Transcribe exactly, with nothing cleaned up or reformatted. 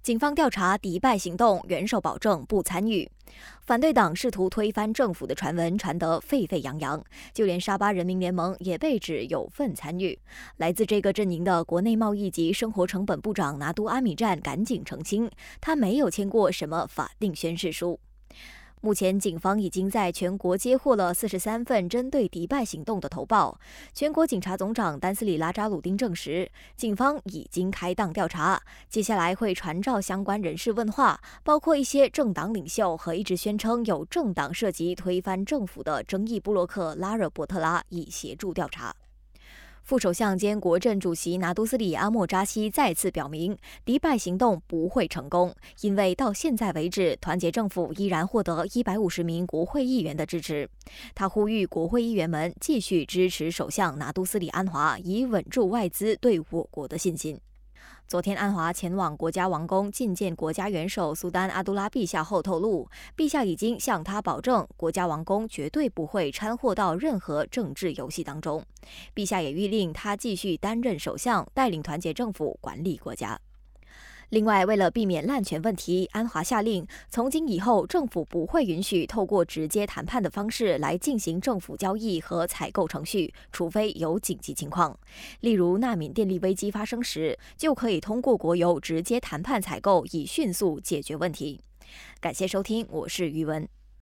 警方调查迪拜行动，元首保证不参与。反对党试图推翻政府的传闻传得沸沸扬扬，就连沙巴人民联盟也被指有份参与。来自这个阵营的国内贸易及生活成本部长拿督阿米站赶紧澄清，他没有签过什么法定宣誓书。目前，警方已经在全国接获了四十三份针对迪拜行动的投报。全国警察总长丹斯里拉扎鲁丁证实，警方已经开档调查，接下来会传召相关人士问话，包括一些政党领袖和一直宣称有政党涉及推翻政府的争议部落客拉热伯特拉，以协助调查。副首相兼国阵主席拿督斯里阿莫扎西再次表明，迪拜行动不会成功，因为到现在为止，团结政府依然获得一百五十名国会议员的支持。他呼吁国会议员们继续支持首相拿督斯里安华，以稳住外资对我国的信心。昨天，安华前往国家王宫觐见国家元首苏丹阿杜拉陛下后透露，陛下已经向他保证，国家王宫绝对不会掺和到任何政治游戏当中。陛下也谕令他继续担任首相，带领团结政府管理国家。另外，为了避免滥权问题，安华下令，从今以后，政府不会允许透过直接谈判的方式来进行政府交易和采购程序，除非有紧急情况。例如，纳缅电力危机发生时，就可以通过国油直接谈判采购，以迅速解决问题。感谢收听，我是于文。